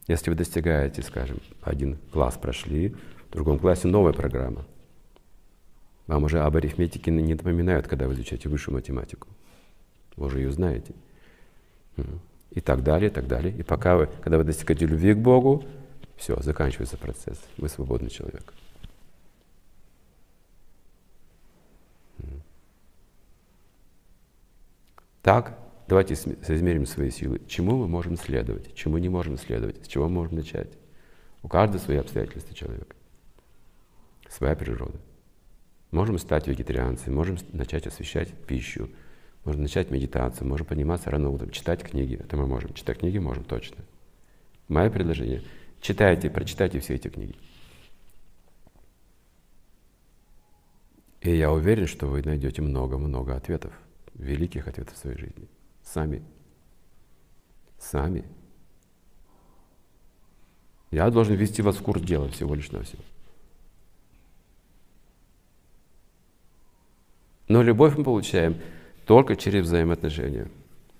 Если вы достигаете, скажем, один класс прошли, в другом классе новая программа. Вам уже об арифметике не напоминают, когда вы изучаете высшую математику. Вы уже ее знаете. И так далее, и так далее. И пока вы, когда вы достигаете любви к Богу, все, заканчивается процесс. Вы свободный человек. Так, давайте соизмерим свои силы. Чему мы можем следовать, чему не можем следовать, с чего мы можем начать. У каждого свои обстоятельства человека, своя природа. Можем стать вегетарианцами, можем начать освещать пищу, можем начать медитацию, можем подниматься рано утром, читать книги. Это мы можем. Читать книги можем точно. Мое предложение — читайте, прочитайте все эти книги. И я уверен, что вы найдете много-много ответов, великих ответов в своей жизни. Сами. Сами. Я должен ввести вас в курс дела всего лишь навсего. Но любовь мы получаем только через взаимоотношения.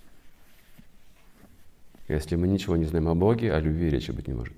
Если мы ничего не знаем о Боге, о любви речи быть не может.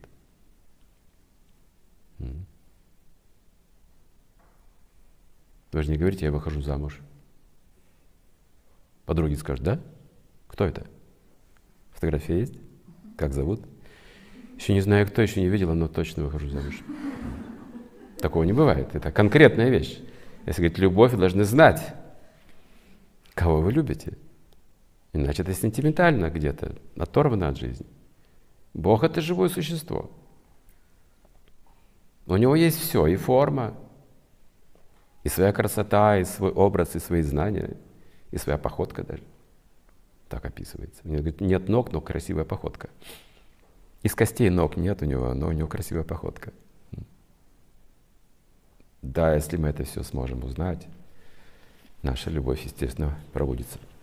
Вы же не говорите, я выхожу замуж. Подруги скажут, да? Кто это? Фотография есть? Как зовут? Еще не знаю кто, еще не видела, но точно выхожу замуж. Такого не бывает. Это конкретная вещь. Если говорить любовь, вы должны знать, кого вы любите. Иначе это сентиментально где-то, оторвано от жизни. Бог — это живое существо. У него есть все, и форма, и своя красота, и свой образ, и свои знания, и своя походка даже. Так описывается. Он говорит, нет ног, но красивая походка. Из костей ног нет у него, но у него красивая походка. Да, если мы это все сможем узнать, наша любовь, естественно, пробудится.